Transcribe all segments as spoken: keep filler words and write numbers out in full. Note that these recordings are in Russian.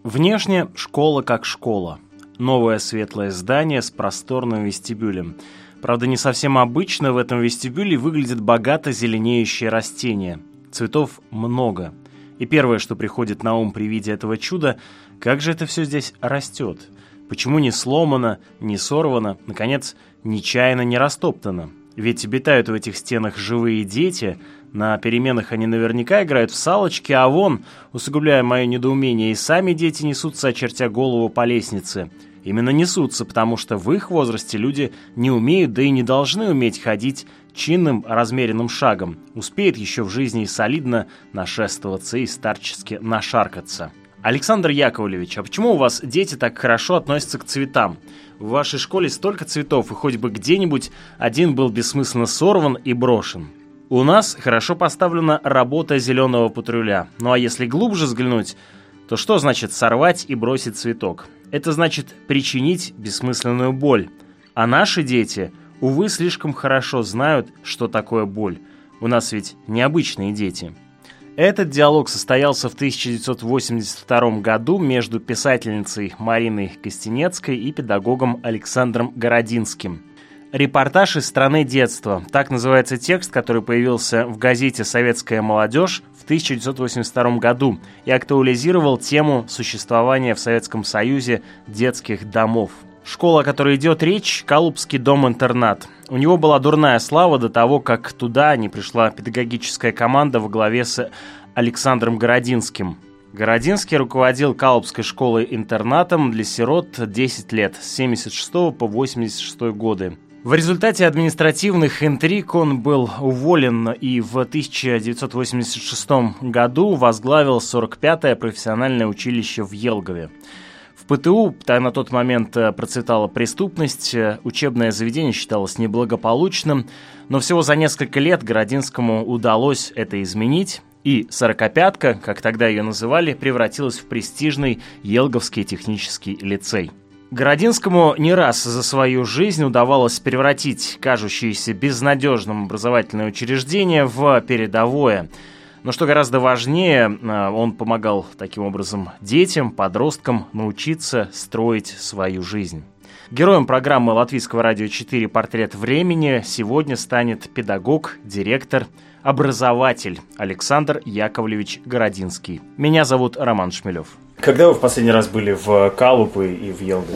Внешне школа как школа. Новое светлое здание с просторным вестибюлем. Правда, не совсем обычно в этом вестибюле выглядят богато зеленеющие растения. Цветов много. И первое, что приходит на ум при виде этого чуда, как же это все здесь растет? Почему не сломано, не сорвано, наконец, нечаянно не растоптано? Ведь обитают в этих стенах живые дети, на переменах они наверняка играют в салочки, а вон, усугубляя мое недоумение, и сами дети несутся, очертя голову по лестнице. Именно несутся, потому что в их возрасте люди не умеют, да и не должны уметь ходить чинным, размеренным шагом. Успеют еще в жизни и солидно нашествоваться и старчески нашаркаться. Александр Яковлевич, а почему у вас дети так хорошо относятся к цветам? В вашей школе столько цветов, и хоть бы где-нибудь один был бессмысленно сорван и брошен. У нас хорошо поставлена работа зеленого патруля. Ну а если глубже взглянуть, то что значит сорвать и бросить цветок? Это значит причинить бессмысленную боль. А наши дети, увы, слишком хорошо знают, что такое боль. У нас ведь необычные дети. Этот диалог состоялся в тысяча девятьсот восемьдесят втором году между писательницей Мариной Костенецкой и педагогом Александром Городинским. Репортаж из страны детства. Так называется текст, который появился в газете «Советская молодежь» в тысяча девятьсот восемьдесят втором году и актуализировал тему существования в Советском Союзе детских домов. Школа, о которой идет речь, Калужский дом-интернат. У него была дурная слава до того, как туда не пришла педагогическая команда во главе с Александром Городинским. Городинский руководил Калужской школой-интернатом для сирот десять лет, с семьдесят шестого по восемьдесят шестой годы. В результате административных интриг он был уволен и в тысяча девятьсот восемьдесят шестом году возглавил сорок пятое профессиональное училище в Елгове. В ПТУ на тот момент процветала преступность, учебное заведение считалось неблагополучным, но всего за несколько лет Городинскому удалось это изменить, и «сорокопятка», как тогда ее называли, превратилась в престижный Елговский технический лицей. Городинскому не раз за свою жизнь удавалось превратить кажущееся безнадежным образовательное учреждение в передовое. Но что гораздо важнее, он помогал таким образом детям, подросткам научиться строить свою жизнь. Героем программы Латвийского радио четыре «Портрет времени» сегодня станет педагог, директор, образователь Александр Яковлевич Городинский. Меня зовут Роман Шмелев. Когда вы в последний раз были в Калупе и в Елгове?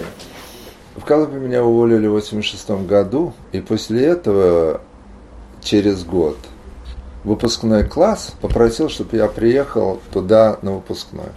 В Калупе меня уволили в восемьдесят шестом году, и после этого через год выпускной класс попросил, чтобы я приехал туда на выпускной.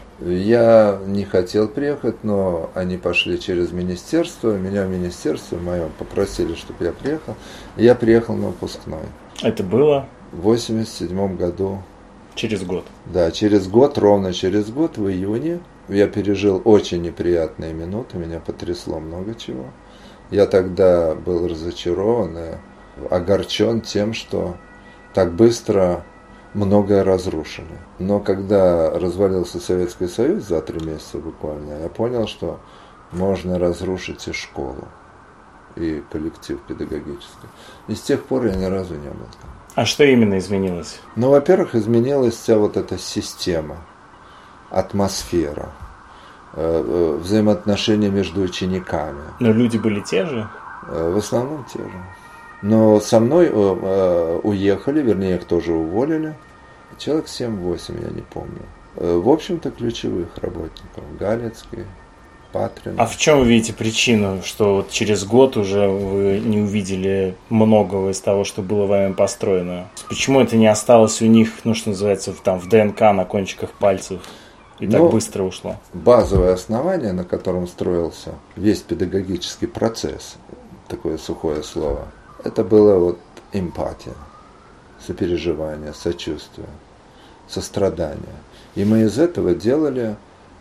Я не хотел приехать, но они пошли через министерство, меня в министерстве моем попросили, чтобы я приехал, и я приехал на выпускной. Это было? В восемьдесят седьмом году. Через год? Да, через год, ровно через год, в июне. Я пережил очень неприятные минуты, меня потрясло много чего. Я тогда был разочарован и огорчен тем, что так быстро многое разрушили. Но когда развалился Советский Союз за три месяца буквально, я понял, что можно разрушить и школу, и коллектив педагогический. И с тех пор я ни разу не был там. А что именно изменилось? Ну, во-первых, изменилась вся вот эта система, атмосфера, взаимоотношения между учениками. Но люди были те же? В основном те же. Но со мной уехали, вернее, их тоже уволили. Человек семь-восемь, я не помню. В общем-то, ключевых работников. Галицкий, Патрин. А в чем вы видите причину, что вот через год уже вы не увидели многого из того, что было вами построено? Почему это не осталось у них, ну, что называется, там, в ДНК, на кончиках пальцев, и так ну, быстро ушло? Базовое основание, на котором строился весь педагогический процесс, такое сухое слово, это было вот эмпатия, сопереживание, сочувствие, сострадание. И мы из этого делали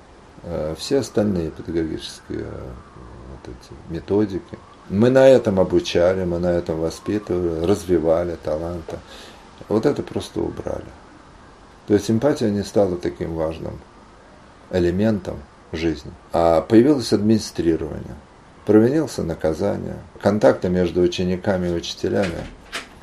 э, все остальные педагогические э, вот эти методики. Мы на этом обучали, мы на этом воспитывали, развивали таланты. Вот это просто убрали. То есть эмпатия не стала таким важным элементом жизни. А появилось администрирование. Провинился — наказание. Контакты между учениками и учителями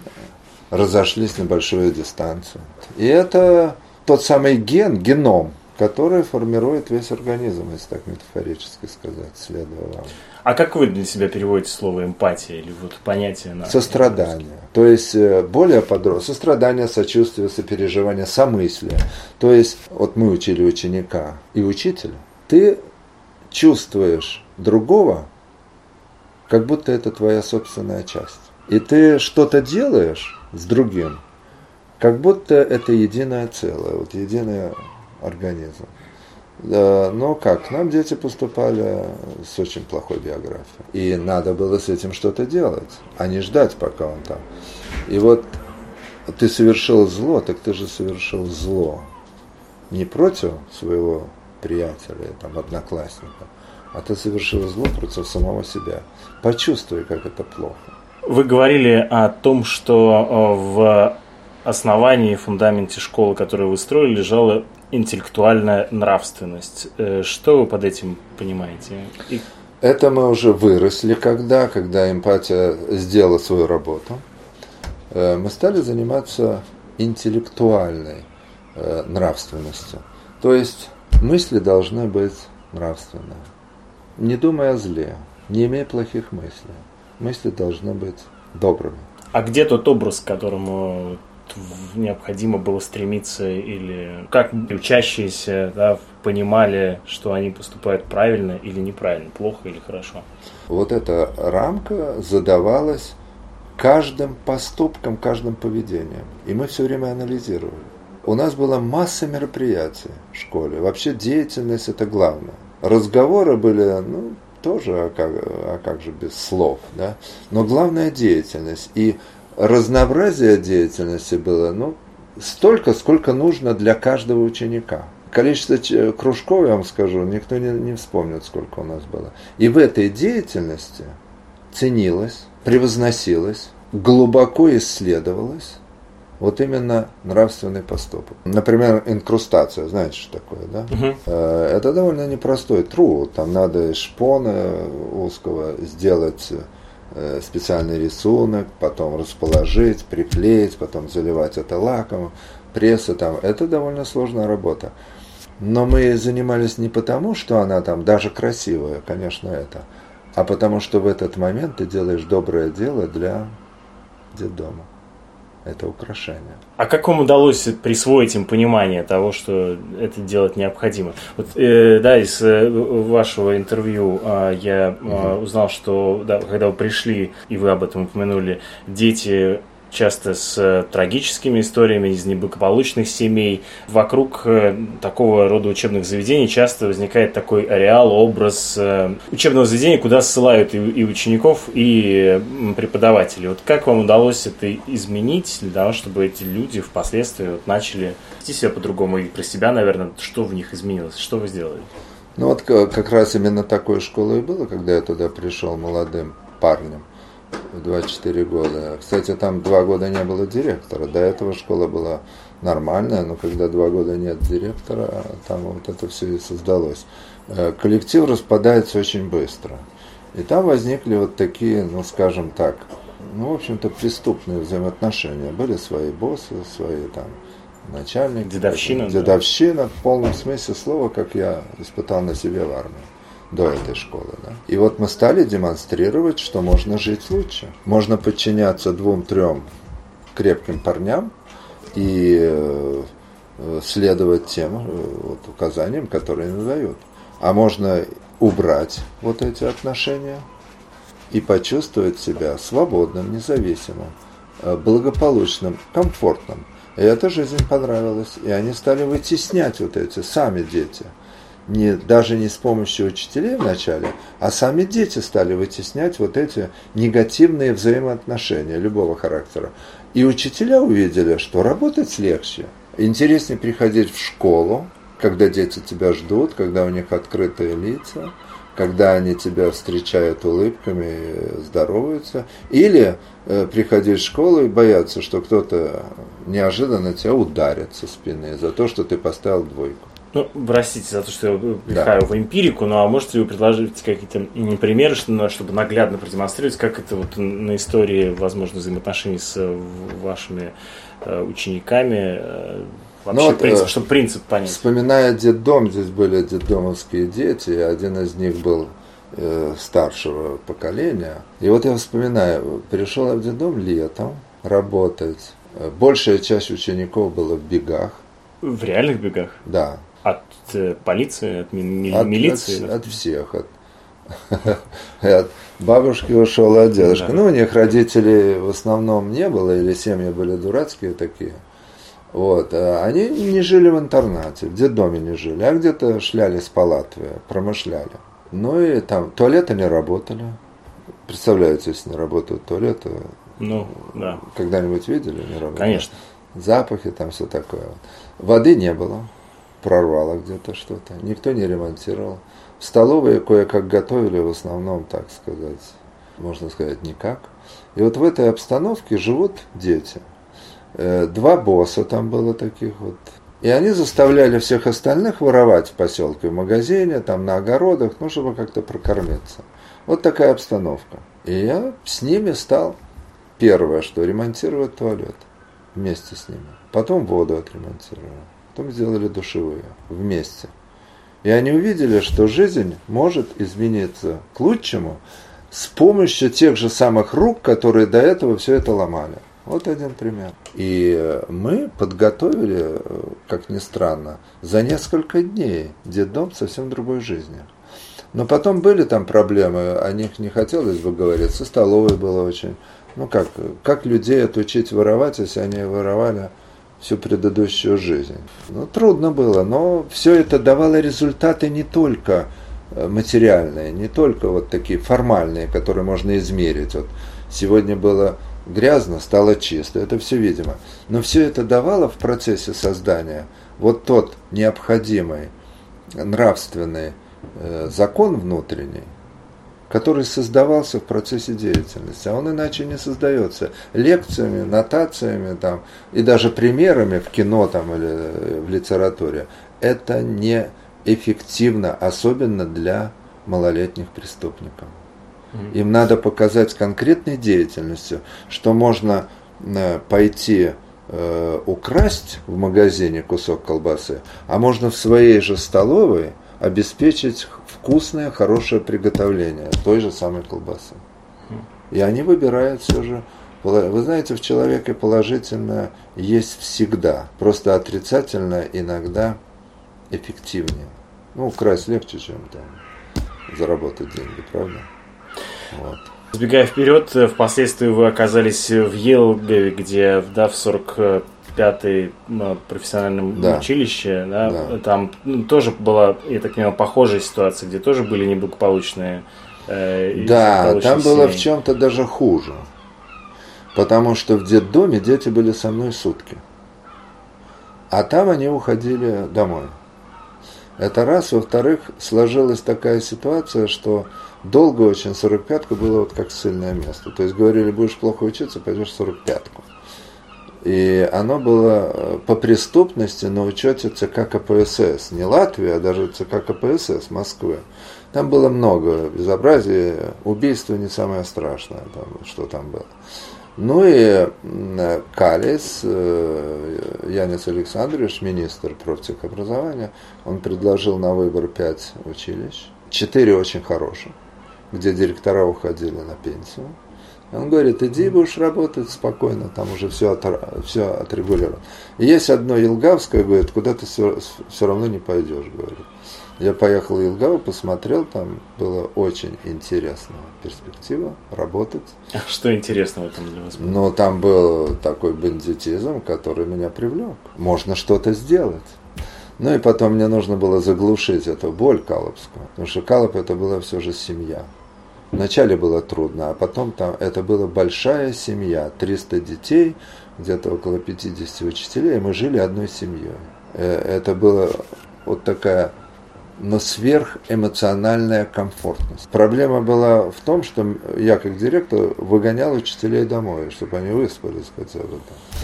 разошлись на большую дистанцию. И это тот самый ген, геном который формирует весь организм, если так метафорически сказать, следуя вам. А как вы для себя переводите слово эмпатия или вот понятие на... Сострадание. То есть более подробно. Сострадание, сочувствие, сопереживание, сомыслие. То есть вот мы учили ученика и учителя. Ты чувствуешь другого, как будто это твоя собственная часть. И ты что-то делаешь с другим, как будто это единое целое, вот единый организм. Да, но как? К нам дети поступали с очень плохой биографией. И надо было с этим что-то делать, а не ждать, пока он там. И вот ты совершил зло, так ты же совершил зло не против своего приятеля, там, одноклассника, а ты совершил зло против самого себя. Почувствуй, как это плохо. Вы говорили о том, что в основании, фундаменте школы, которую вы строили, лежала интеллектуальная нравственность. Что вы под этим понимаете? И... Это мы уже выросли, когда, когда эмпатия сделала свою работу. Мы стали заниматься интеллектуальной нравственностью. То есть мысли должны быть нравственные. Не думай о зле, не имей плохих мыслей. Мысли должны быть добрыми. А где тот образ, к которому необходимо было стремиться, или как учащиеся, да, понимали, что они поступают правильно или неправильно, плохо или хорошо? Вот эта рамка задавалась каждым поступком, каждым поведением. И мы все время анализировали. У нас была масса мероприятий в школе. Вообще деятельность – это главное. Разговоры были, ну, тоже, а как, а как же без слов, да? Но главная деятельность. И разнообразие деятельности было, ну, столько, сколько нужно для каждого ученика. Количество кружков, я вам скажу, никто не, не вспомнит, сколько у нас было. И в этой деятельности ценилось, превозносилось, глубоко исследовалось вот именно нравственный поступок. Например, инкрустация, знаете, что такое, да? Uh-huh. Это довольно непростой труд. Там надо из шпона узкого сделать специальный рисунок, потом расположить, приклеить, потом заливать это лаком, пресса там. Это довольно сложная работа. Но мы занимались не потому, что она там даже красивая, конечно, это, а потому что в этот момент ты делаешь доброе дело для детдома. Это украшение. А как вам удалось присвоить им понимание того, что это делать необходимо? Вот, э, да, из э, вашего интервью э, я э, mm-hmm. узнал, что да, когда вы пришли, и вы об этом упомянули, дети часто с трагическими историями из неблагополучных семей. Вокруг э, такого рода учебных заведений часто возникает такой ареал, образ э, учебного заведения, куда ссылают и, и учеников, и э, преподавателей. Вот как вам удалось это изменить, для того, чтобы эти люди впоследствии вот, начали вести себя по-другому, и про себя, наверное, что в них изменилось, что вы сделали? Ну вот как раз именно такой школой и было, когда я туда пришел молодым парнем. В двадцать четыре года. Кстати, там два года не было директора. До этого школа была нормальная, но когда два года нет директора, там вот это все и создалось. Коллектив распадается очень быстро. И там возникли вот такие, ну скажем так, ну в общем-то преступные взаимоотношения. Были свои боссы, свои там начальники. Дедовщина. Дедовщина, да. В полном смысле слова, как я испытал на себе в армии. До этой школы. Да? И вот мы стали демонстрировать, что можно жить лучше. Можно подчиняться двум-трем крепким парням и э, следовать тем вот, указаниям, которые им дают. А можно убрать вот эти отношения и почувствовать себя свободным, независимым, благополучным, комфортным. И эта жизнь понравилась. И они стали вытеснять вот эти сами дети. Не, даже не с помощью учителей вначале, а сами дети стали вытеснять вот эти негативные взаимоотношения любого характера. И учителя увидели, что работать легче. Интереснее приходить в школу, когда дети тебя ждут, когда у них открытые лица, когда они тебя встречают улыбками и здороваются. Или э, приходить в школу и бояться, что кто-то неожиданно тебя ударит со спины за то, что ты поставил двойку. Ну, простите за то, что я пихаю да. в эмпирику, ну а можете вы предложить какие-то примеры, чтобы наглядно продемонстрировать, как это вот на истории, возможно, взаимоотношений с вашими учениками Вообще, ну, вот, принцип, чтобы принцип понять. Вспоминая детдом, здесь были детдомовские дети, один из них был э, старшего поколения. И вот я вспоминаю, пришел я в детдом летом работать. Большая часть учеников была в бегах. В реальных бегах? Да. От э, полиции, от, ми- ми- от милиции? От, от всех. От, от бабушки ушел, от дедушки. Да. Ну, у них родителей в основном не было, или семьи были дурацкие такие. Вот. А они не жили в интернате, в детдоме не жили, а где-то шлялись по Латвии, промышляли. Ну и там туалеты не работали. Представляете, если не работают туалеты? Ну, да. Когда-нибудь видели? Не работают? Конечно. Запахи, там все такое. Воды не было, прорвало где-то что-то. Никто не ремонтировал. В столовой кое-как готовили, в основном, так сказать, можно сказать, никак. И вот в этой обстановке живут дети. Два босса там было таких вот. И они заставляли всех остальных воровать в поселке, в магазине, там на огородах, ну, чтобы как-то прокормиться. Вот такая обстановка. И я с ними стал, первое, что ремонтировать туалет вместе с ними. Потом воду отремонтировали. Потом сделали душевые вместе. И они увидели, что жизнь может измениться к лучшему с помощью тех же самых рук, которые до этого все это ломали. Вот один пример. И мы подготовили, как ни странно, за несколько дней детдом совсем другой жизни. Но потом были там проблемы, о них не хотелось бы говорить. Со столовой было очень... Ну как, как людей отучить воровать, если они воровали всю предыдущую жизнь? Ну трудно было, но все это давало результаты не только материальные, не только вот такие формальные, которые можно измерить. Вот сегодня было грязно, стало чисто, это все видимо. Но все это давало в процессе создания вот тот необходимый нравственный э, закон внутренний, который создавался в процессе деятельности, а он иначе не создается. Лекциями, нотациями там, и даже примерами в кино там, или в литературе. Это неэффективно, особенно для малолетних преступников. Им надо показать конкретной деятельностью, что можно пойти э, украсть в магазине кусок колбасы, а можно в своей же столовой обеспечить вкусное, хорошее приготовление той же самой колбасы. И они выбирают все же. Вы знаете, в человеке положительное есть всегда, просто отрицательное иногда эффективнее. Ну, украсть легче, чем там заработать деньги, правда? Вот. Сбегая вперед, впоследствии вы оказались в Елгове, где, да, в сорок пятом профессиональном да. училище, да, да. Там ну, тоже была, я так понимаю, похожая ситуация, где тоже были неблагополучные э, Да, там семьи. было в чем-то даже хуже, потому что в детдоме дети были со мной сутки, а там они уходили домой. Это раз. Во-вторых, сложилась такая ситуация, что долго очень сорок пятка было вот как ссыльное место. То есть говорили, будешь плохо учиться, пойдешь в сорок пятку. И оно было по преступности на учете ЦК КПСС. Не Латвии, а даже ЦК КПСС Москвы. Там было много безобразий, убийство не самое страшное, там, что там было. Ну и Калис, Янис Александрович, министр профтехобразования, он предложил на выбор пять училищ, четыре очень хороших, где директора уходили на пенсию. Он говорит, иди будешь работать спокойно, там уже все, от, все отрегулировано. И есть одно Елгавское, говорит, куда ты все, все равно не пойдешь, говорит. Я поехал в Елгаву, посмотрел, там было очень интересная перспектива работать. А что интересного там для вас было? Но там был такой бандитизм, который меня привлек. Можно что-то сделать. Ну и потом мне нужно было заглушить эту боль калопскую, потому что Калоп это была все же семья. Вначале было трудно, а потом там это была большая семья, триста детей, где-то около пятьдесят учителей, и мы жили одной семьей. Это была вот такая, но сверхэмоциональная комфортность. Проблема была в том, что я как директор выгонял учителей домой, чтобы они выспались хотя бы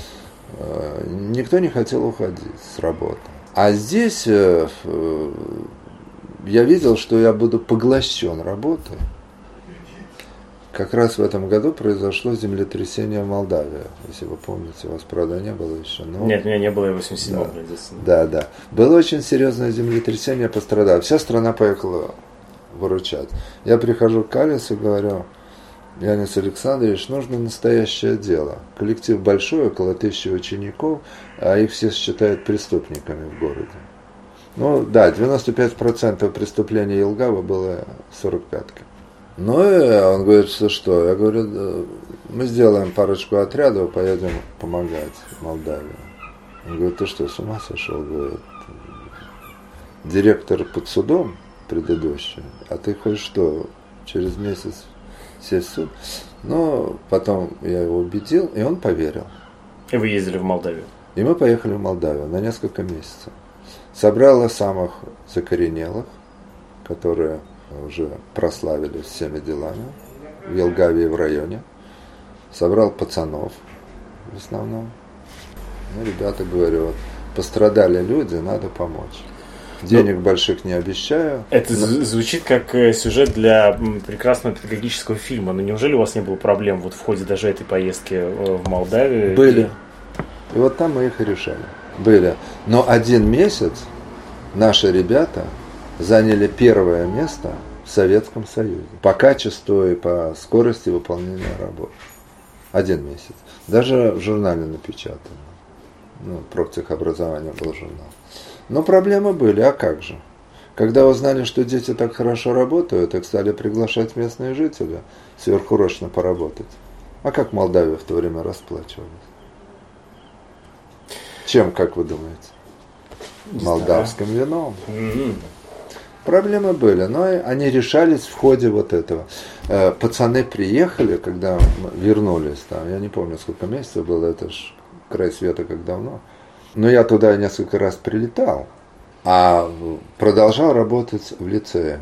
там. Никто не хотел уходить с работы. А здесь я видел, что я буду поглощен работой. Как раз в этом году произошло землетрясение в Молдавии, если вы помните, у вас, правда, не было еще. Но... Нет, у меня не было и в восемьдесят седьмом. Да, да, да. Было очень серьезное землетрясение, пострадало. Вся страна поехала выручать. Я прихожу к Алису и говорю: Янис Александрович, нужно настоящее дело. Коллектив большой, около тысячи учеников, а их все считают преступниками в городе. Ну да, девяносто пять процентов преступлений Елгава было сорок пятки. Ну и он говорит, что что? Я говорю, мы сделаем парочку отрядов, поедем помогать Молдавии. Он говорит, ты что, с ума сошел? Говорит, директор под судом предыдущий, а ты хочешь что, через месяц сесть в суд? Но потом я его убедил, и он поверил. И вы ездили в Молдавию? И мы поехали в Молдавию на несколько месяцев. Собрала самых закоренелых, которые уже прославились всеми делами в Елгаве и в районе. Собрал пацанов в основном. Ну, ребята, говорю, вот, пострадали люди, надо помочь. Денег ну, больших не обещаю. Это но... звучит как сюжет для прекрасного педагогического фильма. Но неужели у вас не было проблем вот в ходе даже этой поездки в Молдавию? Были. И вот там мы их и решали. Были. Но один месяц наши ребята заняли первое место в Советском Союзе. По качеству и по скорости выполнения работ. Один месяц. Даже в журнале напечатано. Ну, профтехобразование был журнал. Но проблемы были, а как же? Когда узнали, что дети так хорошо работают, их стали приглашать местные жители сверхурочно поработать. А как Молдавия в то время расплачивалась? Чем, как вы думаете? Молдавским вином. Mm-hmm. Проблемы были, но они решались в ходе вот этого. Пацаны приехали, когда вернулись, там, я не помню, сколько месяцев было, это ж край света, как давно. Но я туда несколько раз прилетал, а продолжал работать в лицее.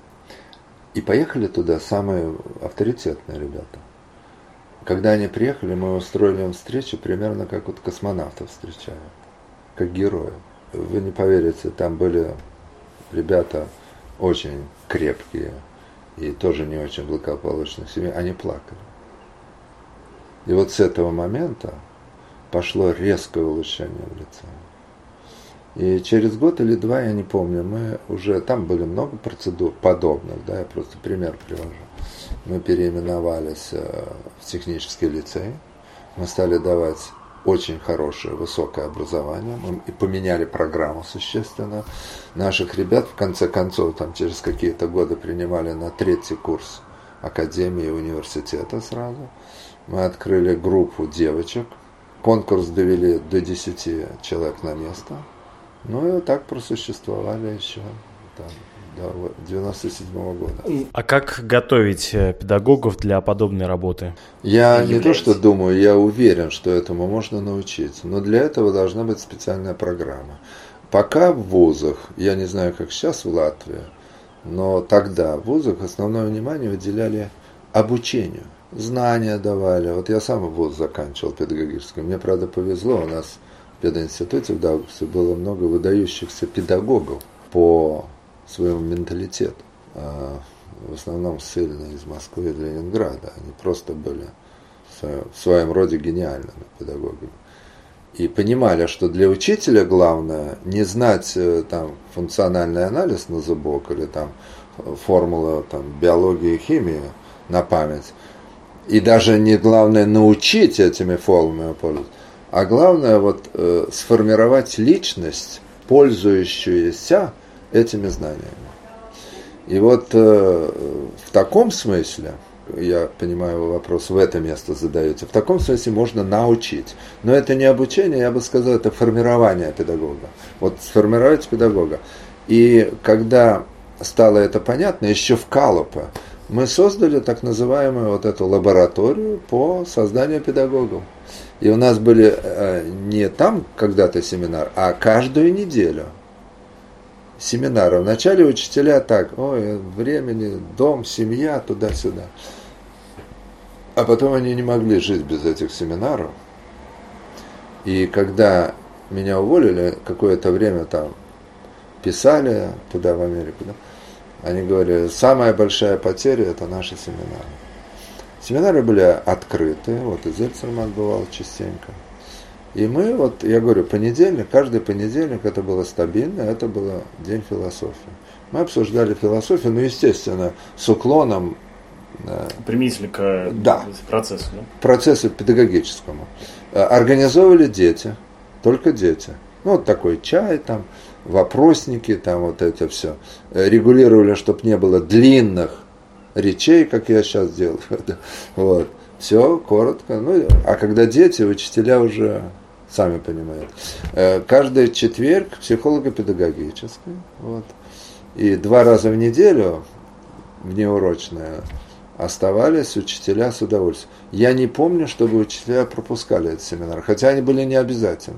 И поехали туда самые авторитетные ребята. Когда они приехали, мы устроили им встречу примерно как вот космонавтов встречали, как герои. Вы не поверите, там были ребята очень крепкие и тоже не очень благополучных семей, они плакали. И вот с этого момента пошло резкое улучшение в лице. И через год или два, я не помню, мы уже, там были много процедур подобных, да, я просто пример привожу. Мы переименовались в технический лицей, мы стали давать очень хорошее, высокое образование, мы и поменяли программу существенно. Наших ребят, в конце концов, там через какие-то годы принимали на третий курс академии и университета сразу. Мы открыли группу девочек, конкурс довели до десяти человек на место. Ну и вот так просуществовали еще там, до девяносто седьмого года. А как готовить педагогов для подобной работы? Я не то что думаю, я уверен, что этому можно научиться. Но для этого должна быть специальная программа. Пока в вузах, я не знаю, как сейчас в Латвии, но тогда в вузах основное внимание уделяли обучению. Знания давали. Вот я сам вуз заканчивал педагогический. Мне, правда, повезло. У нас в пединституте в Даугавпилсе было много выдающихся педагогов по своему менталитету. В основном ссыльные из Москвы и Ленинграда. Они просто были в своем роде гениальными педагогами. И понимали, что для учителя главное не знать там, функциональный анализ на зубок или там, формулы там, биологии и химии на память. И даже не главное научить этими формулами пользоваться, а главное вот, э, сформировать личность, пользующуюся этими знаниями. И вот э, в таком смысле, я понимаю, вопрос в это место задаете, в таком смысле можно научить. Но это не обучение, я бы сказал, это формирование педагога. Вот сформировать педагога. И когда стало это понятно, еще в Калупе, мы создали так называемую вот эту лабораторию по созданию педагогов. И у нас были э, не там когда-то семинар, а каждую неделю семинары. Вначале учителя так, ой, времени, дом, семья, туда-сюда. А потом они не могли жить без этих семинаров. И когда меня уволили, какое-то время там писали туда, в Америку, да, они говорили, самая большая потеря – это наши семинары. Семинары были открыты, вот и Зельцерман бывал частенько. И мы, вот я говорю, понедельник, каждый понедельник это было стабильно, это был день философии. Мы обсуждали философию, ну, естественно, с уклоном применительно к да, процессу, да? процессу педагогическому. Организовывали дети, только дети. Ну, вот такой чай, там, вопросники, там вот это все. Регулировали, чтобы не было длинных речей, как я сейчас делаю. Вот. Все коротко. Ну, а когда дети, учителя уже, сами понимают. Каждый четверг психолого-педагогический. Вот. И два раза в неделю, внеурочная, оставались учителя с удовольствием. Я не помню, чтобы учителя пропускали этот семинар, хотя они были не обязательны.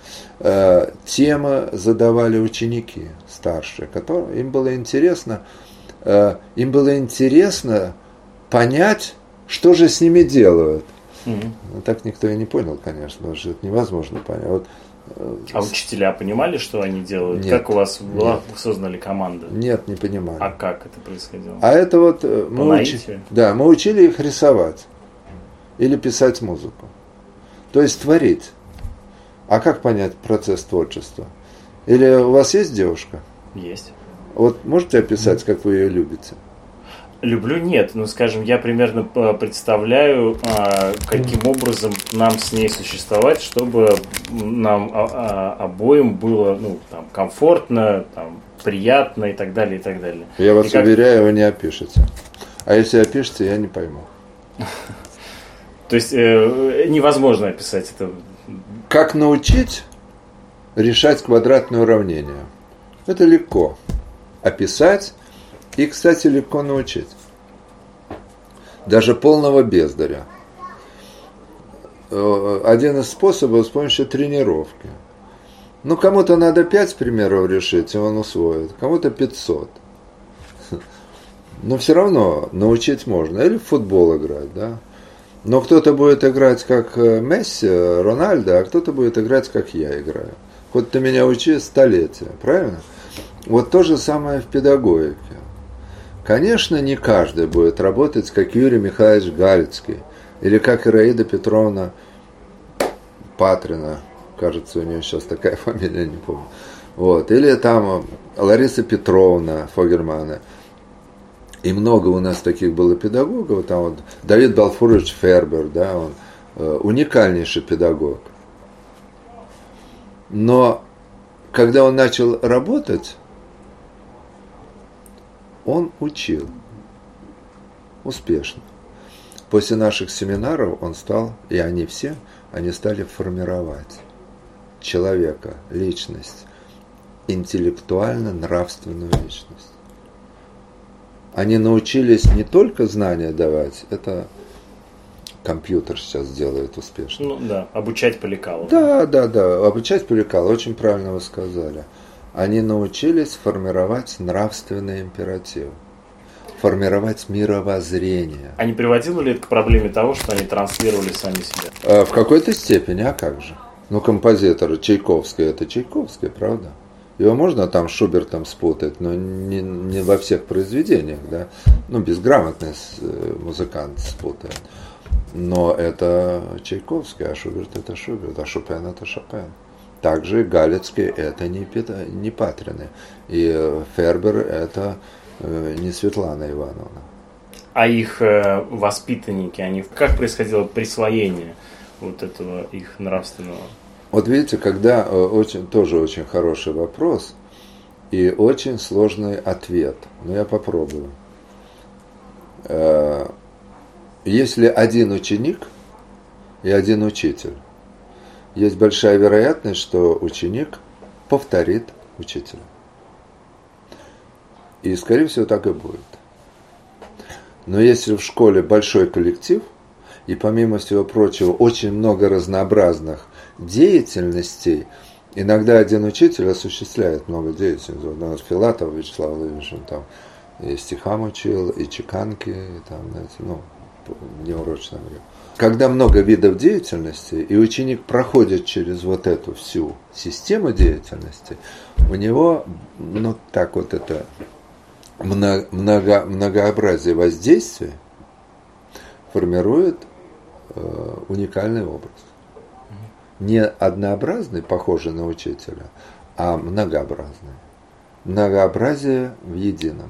Темы задавали ученики старшие, которые, им было интересно, им было интересно понять, что же с ними делают. Mm-hmm. Ну, так никто и не понял, конечно, потому что это невозможно понять. Вот, а учителя понимали, что они делают? Нет, как у вас была, нет. создали команду? Нет, не понимали. А как это происходило? А это вот мы, учи... да, мы учили их рисовать или писать музыку. То есть творить. А как понять процесс творчества? Или у вас есть девушка? Есть. Вот можете описать, как вы ее любите? Люблю, нет. Ну, скажем, я примерно представляю, каким образом нам с ней существовать, чтобы нам обоим было, ну, там, комфортно, там, приятно и так далее, и так далее. Я вас и как... уверяю, вы не опишете. А если опишете, я не пойму. То есть невозможно описать это. Как научить решать квадратные уравнения? Это легко. Описать и, кстати, легко научить. Даже полного бездаря. Один из способов с помощью тренировки. Ну, кому-то надо пять примеров решить, и он усвоит. Кому-то пятьсот. Но все равно научить можно. Или в футбол играть, да. Но кто-то будет играть как Месси, Рональдо, а кто-то будет играть как я играю. Хоть ты меня учи столетия, правильно? Вот то же самое в педагогике. Конечно, не каждый будет работать, как Юрий Михайлович Галицкий, или как Ираида Петровна Патрина, кажется, у нее сейчас такая фамилия, не помню. Вот. Или там Лариса Петровна Фогермана. И много у нас таких было педагогов. Там вот Давид Балфурович Фербер, да, он э, уникальнейший педагог. Но когда он начал работать, он учил успешно. После наших семинаров он стал, и они все, они стали формировать человека, личность, интеллектуально-нравственную личность. Они научились не только знания давать, это компьютер сейчас делает успешно. Ну да, обучать по лекалу. Да, да, да, обучать по лекалу, очень правильно вы сказали. Они научились формировать нравственный императив, формировать мировоззрение. А не приводило ли это к проблеме того, что они транслировали сами себя? В какой-то степени, а как же? Ну, композитор Чайковский, это Чайковский, правда? Его можно там с Шубертом спутать, но не, не во всех произведениях, да. Ну, безграмотный музыкант спутает. Но это Чайковский, а Шуберт это Шуберт, а Шопен это Шопен. Также и Галицкий это не, не Патрины. И Фербер это не Светлана Ивановна. А их воспитанники, они как происходило присвоение вот этого их нравственного? Вот видите, когда очень, тоже очень хороший вопрос и очень сложный ответ. Но я попробую. Если один ученик и один учитель, есть большая вероятность, что ученик повторит учителя. И, скорее всего, так и будет. Но если в школе большой коллектив, и, помимо всего прочего, очень много разнообразных деятельностей, иногда один учитель осуществляет много деятельностей. Вот у нас Филатов Вячеслав Владимирович, он там и стихам учил, и чеканки, и там, знаете, ну, в неурочном времени. Когда много видов деятельности, и ученик проходит через вот эту всю систему деятельности, у него, ну, так вот это много, много, многообразие воздействий формирует э, уникальный образ. Не однообразный, похожий на учителя, а многообразный. Многообразие в едином.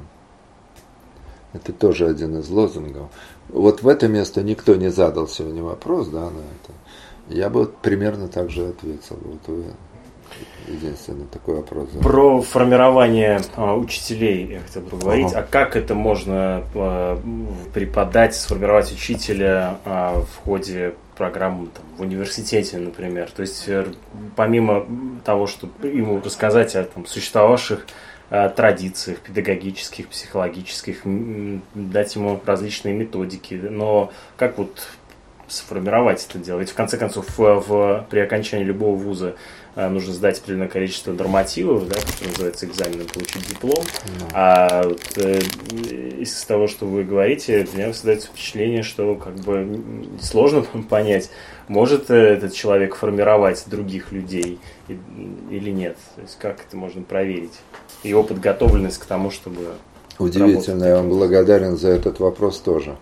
Это тоже один из лозунгов. Вот в это место никто не задал сегодня вопрос, да, на это. Я бы вот примерно так же ответил. Вот вы единственный такой вопрос. Про формирование а, учителей я хотел бы поговорить. Ага. А как это можно а, преподать, сформировать учителя а, в ходе программы там, в университете, например? То есть помимо того, чтобы ему рассказать о там, существовавших а, традициях педагогических, психологических, дать ему различные методики, но как вот сформировать это дело? Ведь в конце концов в, в, при окончании любого вуза нужно сдать определенное количество нормативов, да, которые называется экзаменом, получить диплом. Mm. А вот, э, из того, что вы говорите, у меня создается впечатление, что как бы сложно понять, может этот человек формировать других людей или нет. То есть как это можно проверить? Его подготовленность к тому, чтобы... Удивительно, я вам благодарен за этот вопрос тоже.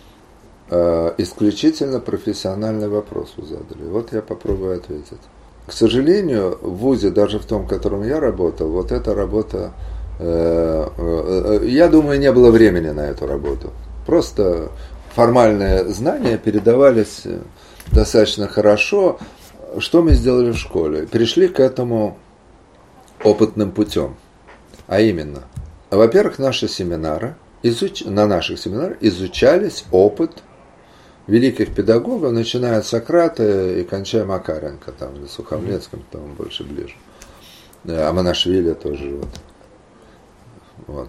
Э, исключительно профессиональный вопрос вы задали. Вот я попробую ответить. К сожалению, в вузе, даже в том, в котором я работал, вот эта работа, э, э, я думаю, не было времени на эту работу. Просто формальные знания передавались достаточно хорошо. Что мы сделали в школе? Пришли к этому опытным путем. А именно, во-первых, наши семинары, изуч... на наших семинарах изучались опыт великих педагогов, начиная от Сократа и кончая Макаренко, там, или Сухомлинским, там больше ближе. А Монашвили тоже. Вот. Вот.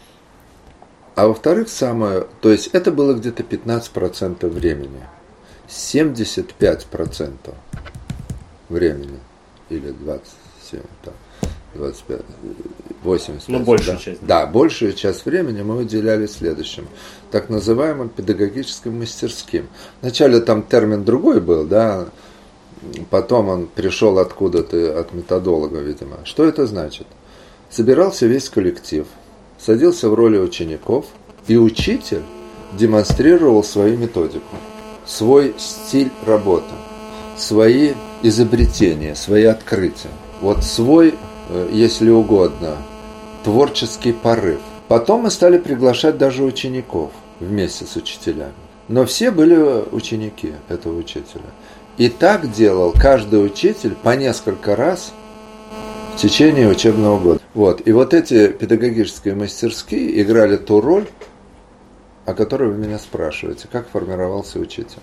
А во-вторых, самое, то есть это было где-то пятнадцать процентов времени. семьдесят пять процентов времени, или двадцать семь, там, двадцать пять, восемьдесят пять. Ну, большую да. часть. Да, большую часть времени мы уделяли следующему, так называемым педагогическим мастерским. Вначале там термин другой был, да, потом он пришел откуда-то от методолога, видимо. Что это значит? Собирался весь коллектив, садился в роли учеников, и учитель демонстрировал свою методику, свой стиль работы, свои изобретения, свои открытия. Вот свой, если угодно, творческий порыв. Потом мы стали приглашать даже учеников вместе с учителями. Но все были ученики этого учителя. И так делал каждый учитель по несколько раз в течение учебного года. Вот. И вот эти педагогические мастерские играли ту роль, о которой вы меня спрашиваете, как формировался учитель.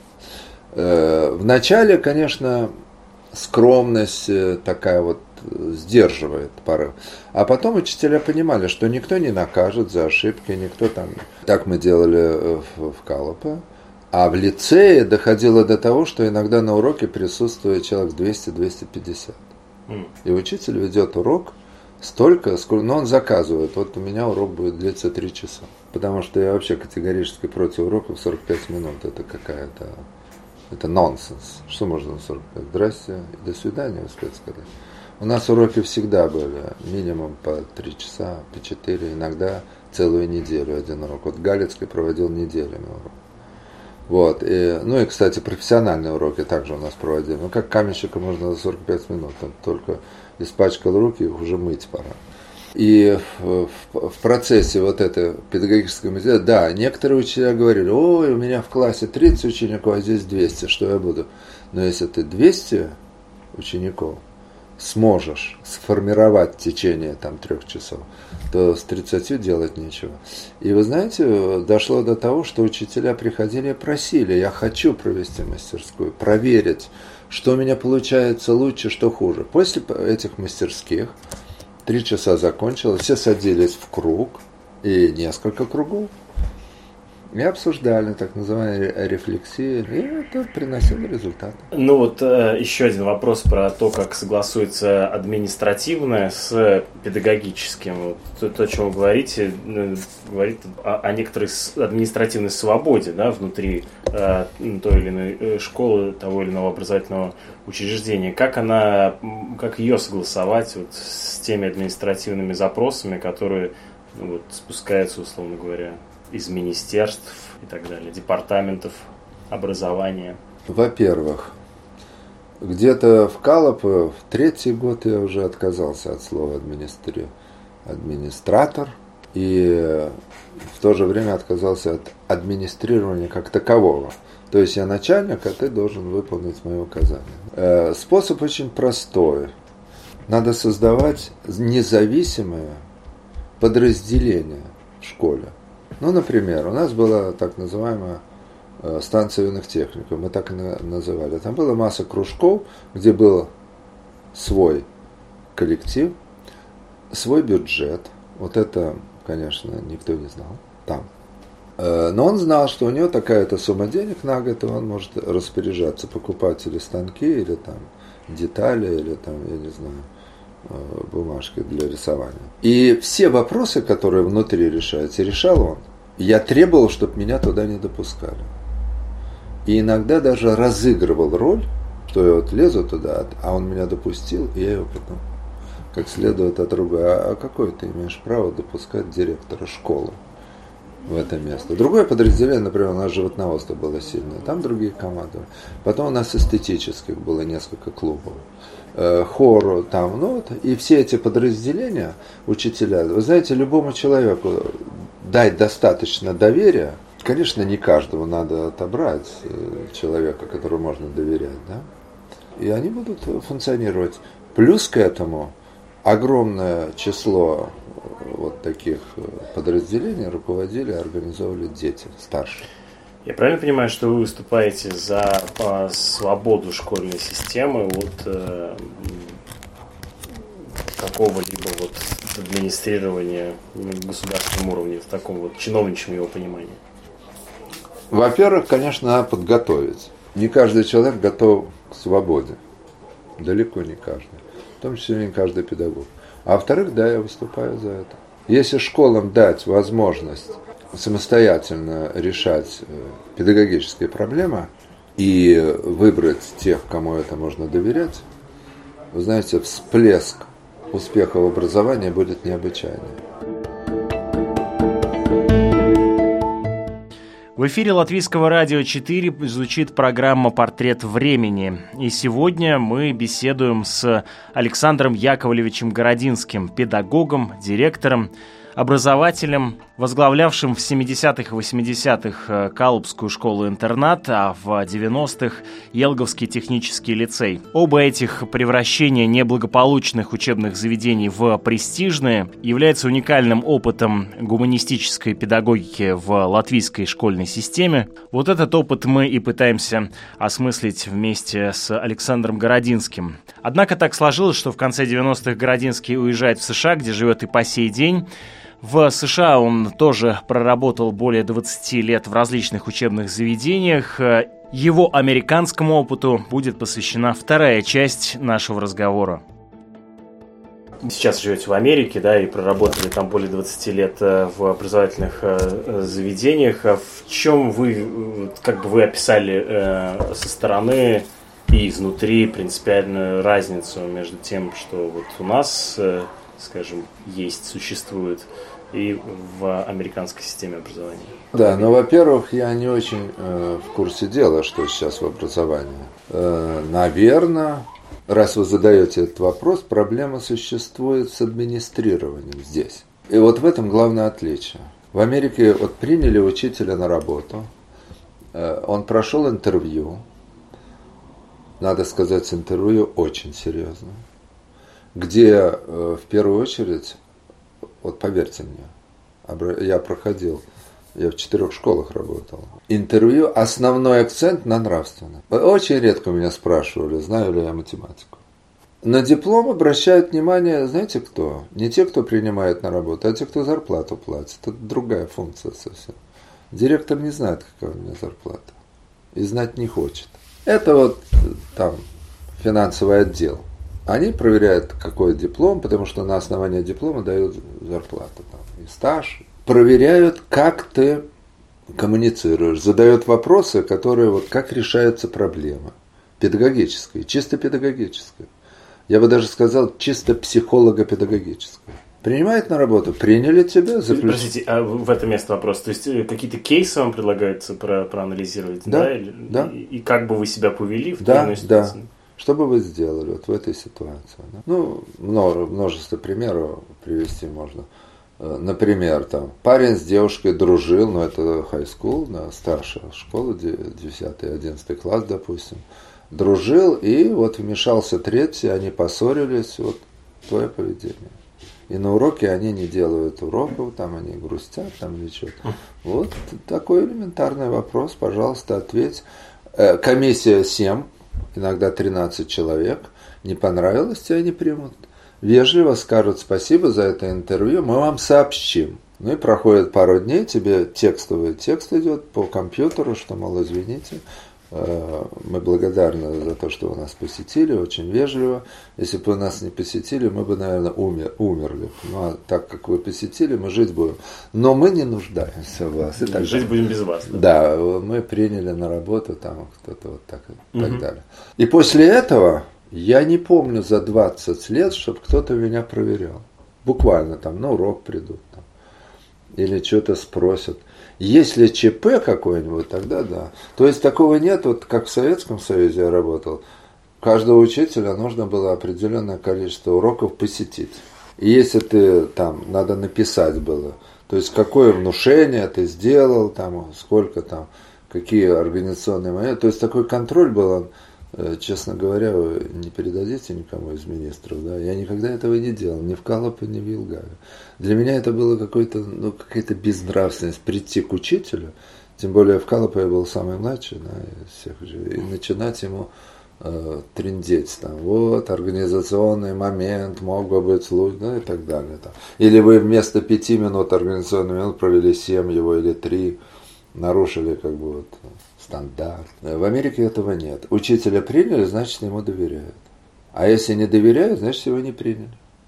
Вначале, конечно, скромность такая вот сдерживает порыв. А потом учителя понимали, что никто не накажет за ошибки, никто там... Так мы делали в, в Калопе. А в лицее доходило до того, что иногда на уроке присутствует человек двести - двести пятьдесят. Mm. И учитель ведет урок столько, сколько... Но он заказывает. Вот у меня урок будет длиться три часа. Потому что я вообще категорически против уроков сорок пять минут. Это какая-то... Это нонсенс. Что можно на сорок пять? Здрасте и до свидания, успеть сказать. У нас уроки всегда были минимум по три часа, по четыре, иногда целую неделю один урок. Вот Галицкий проводил неделями урок. Вот. И, ну и, кстати, профессиональные уроки также у нас проводили. Ну как каменщика можно за сорок пять минут, он только испачкал руки, их уже мыть пора. И в, в, в процессе вот этой педагогической мастерской, да, некоторые учителя говорили: ой, у меня в классе тридцать учеников, а здесь двести, что я буду? Но если ты двести учеников сможешь сформировать в течение там, трех часов, то с тридцатью делать нечего. И вы знаете, дошло до того, что учителя приходили и просили: я хочу провести мастерскую, проверить, что у меня получается лучше, что хуже. После этих мастерских три часа закончилось, все садились в круг, и несколько кругов, и обсуждали так называемые рефлексии, и это приносило результаты. Ну вот э, еще один вопрос про то, как согласуется административное с педагогическим. Вот, то, то, о чем вы говорите, э, говорит о, о некоторой административной свободе, да, внутри э, той или иной школы, того или иного образовательного учреждения. Как она, как ее согласовать вот, с теми административными запросами, которые ну, вот, спускаются, условно говоря, из министерств и так далее, департаментов образования? Во-первых, где-то в Калопе в третий год я уже отказался от слова администри... администратор и в то же время отказался от администрирования как такового. То есть я начальник, а ты должен выполнить мои указания. Способ очень простой. Надо создавать независимое подразделение в школе. Ну, например, у нас была так называемая станция юных техников, мы так и называли. Там была масса кружков, где был свой коллектив, свой бюджет. Вот это, конечно, никто не знал там. Но он знал, что у него такая-то сумма денег на год, и он может распоряжаться, покупать или станки, или там детали, или там, я не знаю, бумажки для рисования. И все вопросы, которые внутри решаются, решал он. Я требовал, чтобы меня туда не допускали. И иногда даже разыгрывал роль, что я вот лезу туда, а он меня допустил, и я его потом как следует отрубаю. А, а какое ты имеешь право допускать директора школы в это место? Другое подразделение, например, у нас животноводство было сильное, там другие команды. Потом у нас эстетических было несколько клубов. Э, хору там, ну вот. И все эти подразделения, учителя, вы знаете, любому человеку дать достаточно доверия, конечно, не каждого надо отобрать, человека, которому можно доверять, да? И они будут функционировать. Плюс к этому огромное число вот таких подразделений руководили, организовывали дети старшие. Я правильно понимаю, что вы выступаете за а, свободу школьной системы от э, какого-либо вот администрирования на государственном уровне, в таком вот чиновничьем его понимании? Во-первых, конечно, надо подготовить. Не каждый человек готов к свободе. Далеко не каждый. В том числе не каждый педагог. А во-вторых, да, я выступаю за это. Если школам дать возможность самостоятельно решать педагогические проблемы и выбрать тех, кому это можно доверять, вы знаете, всплеск успеха в образовании будет необычайный. В эфире Латвийского радио четыре звучит программа «Портрет времени». И сегодня мы беседуем с Александром Яковлевичем Городинским, педагогом, директором, образователем, возглавлявшим в семидесятых и восьмидесятых Калупскую школу-интернат, а в девяностых Елговский технический лицей. Оба этих превращения неблагополучных учебных заведений в престижные являются уникальным опытом гуманистической педагогики в латвийской школьной системе. Вот этот опыт мы и пытаемся осмыслить вместе с Александром Городинским. Однако так сложилось, что в конце девяностых Городинский уезжает в США, где живет и по сей день. В США он тоже проработал более двадцати лет в различных учебных заведениях. Его американскому опыту будет посвящена вторая часть нашего разговора. Сейчас живете в Америке, да, и проработали там более двадцати лет в образовательных заведениях. В чем вы, как бы вы описали со стороны и изнутри принципиальную разницу между тем, что вот у нас, скажем, есть, существует, и в американской системе образования? Да, ну, во-первых, я не очень э, в курсе дела, что сейчас в образовании. Э, наверное, раз вы задаете этот вопрос, проблема существует с администрированием здесь. И вот в этом главное отличие. В Америке вот приняли учителя на работу, э, он прошел интервью, надо сказать, интервью очень серьезно, где э, в первую очередь, вот поверьте мне, я проходил, я в четырех школах работал. Интервью, основной акцент на нравственном. Очень редко меня спрашивали, знаю ли я математику. На диплом обращают внимание, знаете кто? Не те, кто принимает на работу, а те, кто зарплату платит. Это другая функция совсем. Директор не знает, какая у меня зарплата. И знать не хочет. Это вот там финансовый отдел. Они проверяют, какой диплом, потому что на основании диплома дают зарплату там, и стаж. Проверяют, как ты коммуницируешь, задают вопросы, которые вот как решается проблема. Педагогическая, чисто педагогическая. Я бы даже сказал, чисто психолого-педагогическая. Принимают на работу, приняли тебя, заключили. Простите, а в это место вопрос. То есть какие-то кейсы вам предлагаются про, проанализировать, да? Да? Или, да. И, и как бы вы себя повели в да, той иной ситуации? Да. Что бы вы сделали вот в этой ситуации? Да? Ну, множество примеров привести можно. Например, там, парень с девушкой дружил, ну это high school, да, старшая школа, десятый-одиннадцатый класс, допустим. Дружил, и вот вмешался третий, они поссорились, вот твое поведение. И на уроке они не делают уроков, там они грустят, там или что-то. Вот такой элементарный вопрос, пожалуйста, ответь. Комиссия семь, иногда тринадцать человек, не понравилось, тебя не примут. Вежливо скажут спасибо за это интервью, мы вам сообщим. Ну и проходит пару дней, тебе текстовый текст идет по компьютеру, что, мол, извините, мы благодарны за то, что вы нас посетили, очень вежливо. Если бы вы нас не посетили, мы бы, наверное, умер, умерли. Ну а так как вы посетили, мы жить будем. Но мы не нуждаемся в вас. И так жить далее. Будем без вас. Да? Да, мы приняли на работу там кто-то вот так и угу. так далее. И после этого... Я не помню за двадцать лет, чтобы кто-то меня проверял. Буквально там на урок придут. Там, или что-то спросят. Если ЧП какой-нибудь, тогда да. То есть такого нет, вот как в Советском Союзе я работал. Каждого учителя нужно было определенное количество уроков посетить. И если ты там, надо написать было, то есть какое внушение ты сделал, там, сколько там, какие организационные моменты. То есть такой контроль был, он, честно говоря, вы не передадите никому из министров, да, я никогда этого не делал, ни в Калопе, ни в Елгаве. Для меня это было какой-то, ну, какая-то безнравственность прийти к учителю, тем более в Калопе я был самый младший, да, из всех же, и начинать ему э, трындеть, там, вот, организационный момент, мог бы быть лучше, ну, и так далее. Там. Или вы вместо пяти минут организационный минут провели семь его или три, нарушили, как бы, вот, стандарт. В Америке этого нет. Учителя приняли, значит, ему доверяют. А если не доверяют, значит, его не приняли.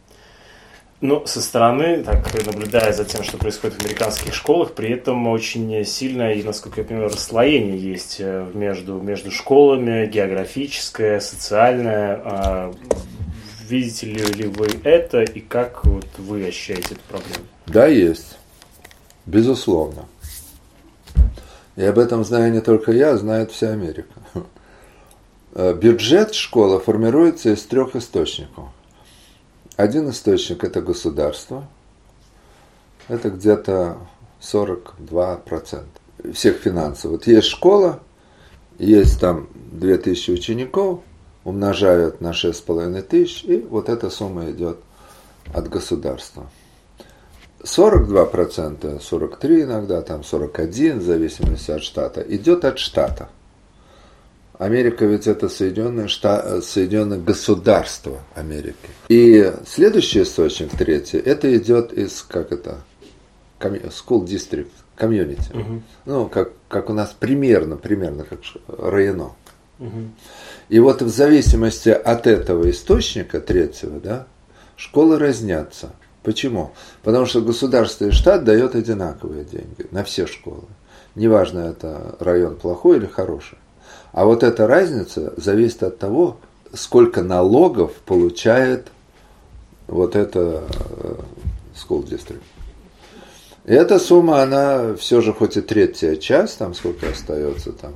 Ну, со стороны, так, наблюдая за тем, что происходит в американских школах, при этом очень сильное, и, насколько я понимаю, расслоение есть между, между школами, географическое, социальное. Видите ли, ли вы это, и как вот вы ощущаете эту проблему? Да, есть. Безусловно. И об этом знаю не только я, знает вся Америка. Бюджет школы формируется из трех источников. Один источник – это государство. Это где-то сорок два процента всех финансов. Вот есть школа, есть там две тысячи учеников, умножают на шесть с половиной тысяч, и вот эта сумма идет от государства. сорок два процента, сорок три процента иногда, там сорок один процент, в зависимости от штата, идет от штата. Америка ведь это Соединенное, штат, Соединенное Государство Америки. И следующий источник, третий, это идет из, как это, school district, community. Uh-huh. Ну, как, как у нас примерно, примерно как районо. Uh-huh. И вот в зависимости от этого источника, третьего, да, школы разнятся. Почему? Потому что государство и штат дает одинаковые деньги на все школы. Неважно, это район плохой или хороший. А вот эта разница зависит от того, сколько налогов получает вот это school district. И эта сумма, она все же хоть и третья часть, там сколько остается, там,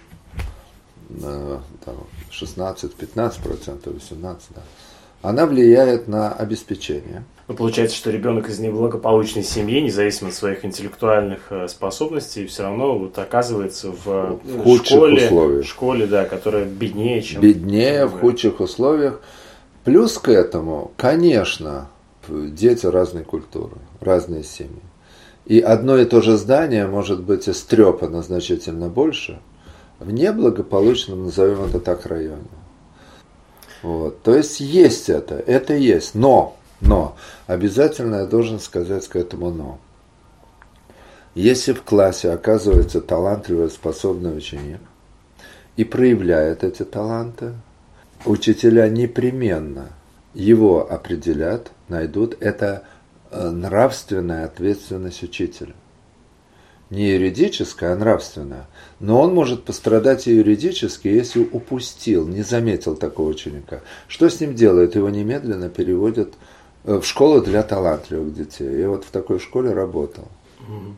там шестнадцать-пятнадцать процентов, восемнадцать процентов, да, она влияет на обеспечение. Ну, получается, что ребенок из неблагополучной семьи, независимо от своих интеллектуальных способностей, все равно вот оказывается в, в худших школе, условиях. школе, да, которая беднее, чем... Беднее, в худших условиях. Плюс к этому, конечно, дети разной культуры, разные семьи. И одно и то же здание может быть истрепано значительно больше в неблагополучном, назовем это так, районе. Вот. То есть есть это, это есть, но, но, обязательно я должен сказать к этому но. Если в классе оказывается талантливый, способный ученик и проявляет эти таланты, учителя непременно его определят, найдут. Это нравственная ответственность учителя. Не юридическая, а нравственная. Но он может пострадать и юридически, если упустил, не заметил такого ученика. Что с ним делают? Его немедленно переводят в школу для талантливых детей. Я вот в такой школе работал. Mm-hmm.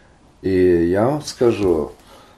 И я вам скажу,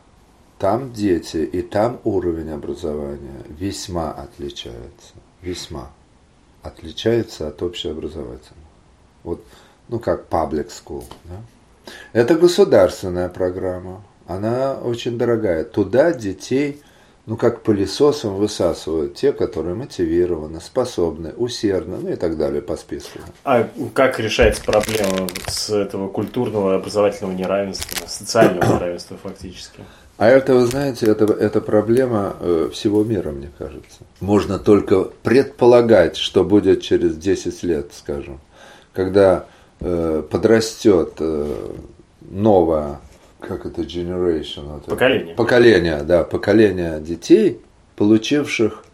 там дети и там уровень образования весьма отличается. Весьма отличается от общеобразовательного. Вот, ну как public school. Да? Это государственная программа. Она очень дорогая. Туда детей, ну как пылесосом высасывают те, которые мотивированы, способны, усердны, ну и так далее по списку. А как решается проблема с этого культурного образовательного неравенства, социального неравенства фактически? А это, вы знаете, это, это проблема всего мира, мне кажется. Можно только предполагать, что будет через десять лет, скажем, когда э, подрастет э, новое, как это, generation? Это, поколение. Поколение, да, поколение детей, получивших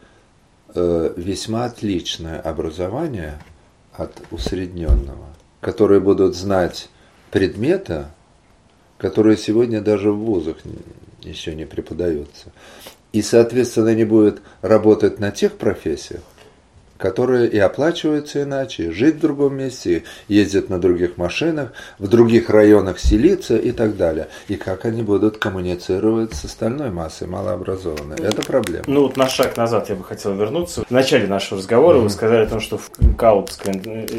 э, весьма отличное образование от усредненного, которые будут знать предметы, которые сегодня даже в вузах еще не преподаются. И, соответственно, не будет работать на тех профессиях, которые и оплачиваются иначе, и жить в другом месте, и ездят на других машинах, в других районах селиться и так далее. И как они будут коммуницировать с остальной массой малообразованной. Это проблема. Ну вот на шаг назад я бы хотел вернуться. В начале нашего разговора mm-hmm. вы сказали о том, что в Каутской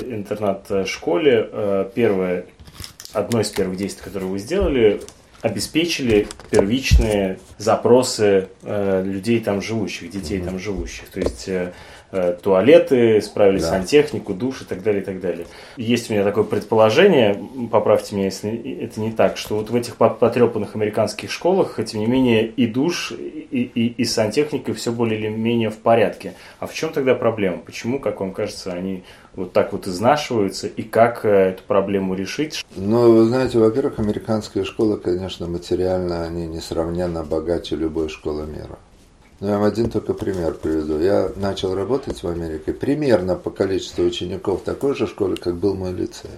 интернат-школе первое, одно из первых действий, которые вы сделали, обеспечили первичные запросы э, людей там живущих, детей mm-hmm. там живущих. То есть э, э, туалеты, справили да. сантехнику, душ и так далее, и так далее. Есть у меня такое предположение, поправьте меня, если это не так, что вот в этих потрепанных американских школах, тем не менее, и душ, и, и, и сантехника все более или менее в порядке. А в чем тогда проблема? Почему, как вам кажется, они вот так вот изнашиваются, и как эту проблему решить? Ну, вы знаете, во-первых, американские школы, конечно, материально они несравненно богаче любой школы мира. Но я вам один только пример приведу. Я начал работать в Америке примерно по количеству учеников в такой же школе, как был мой лицей.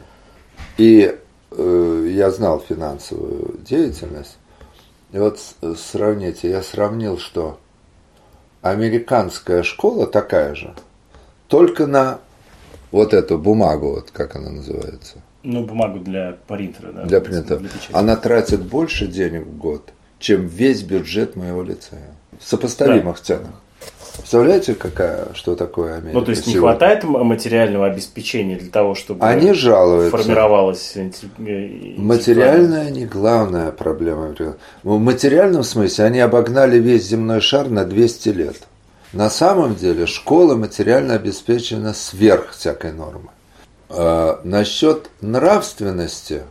И э, я знал финансовую деятельность. И вот сравните, я сравнил, что американская школа такая же, только на вот эту бумагу, вот как она называется. Ну, бумагу для принтера, да? Для принтера. Для она тратит больше денег в год, чем весь бюджет моего лицея. В сопоставимых да. ценах. Представляете, какая, что такое Америка? Ну, то есть, сегодня? Не хватает материального обеспечения для того, чтобы они жалуются. Формировалась материальная не главная проблема. В материальном смысле они обогнали весь земной шар на двести лет. На самом деле школа материально обеспечена сверх всякой нормы. А насчет нравственности,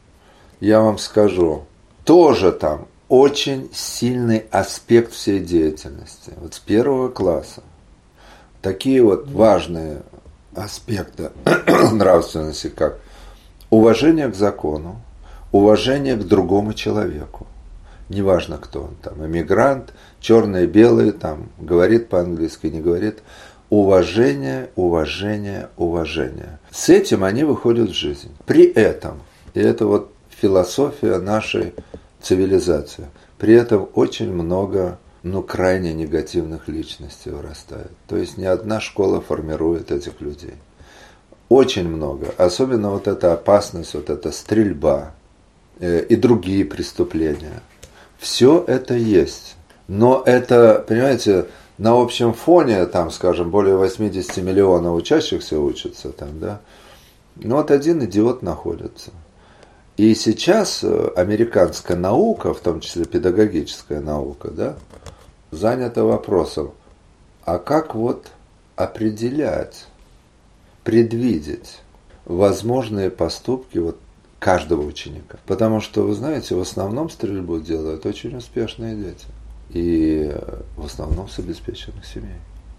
я вам скажу, тоже там очень сильный аспект всей деятельности. Вот с первого класса. Такие вот важные аспекты нравственности, как уважение к закону, уважение к другому человеку. Неважно, кто он там, иммигрант, черный, белый, там, говорит по-английски, не говорит. Уважение, уважение, уважение. С этим они выходят в жизнь. При этом, и это вот философия нашей цивилизации, при этом очень много, ну, крайне негативных личностей вырастает. То есть ни одна школа формирует этих людей. Очень много. Особенно вот эта опасность, вот эта стрельба э, и другие преступления. Все это есть. Но это, понимаете, на общем фоне, там, скажем, более восемьдесят миллионов учащихся учатся там, да, но вот один идиот находится. И сейчас американская наука, в том числе педагогическая наука, да, занята вопросом, а как вот определять, предвидеть возможные поступки вот каждого ученика. Потому что, вы знаете, в основном стрельбу делают очень успешные дети. И в основном с обеспеченных семей.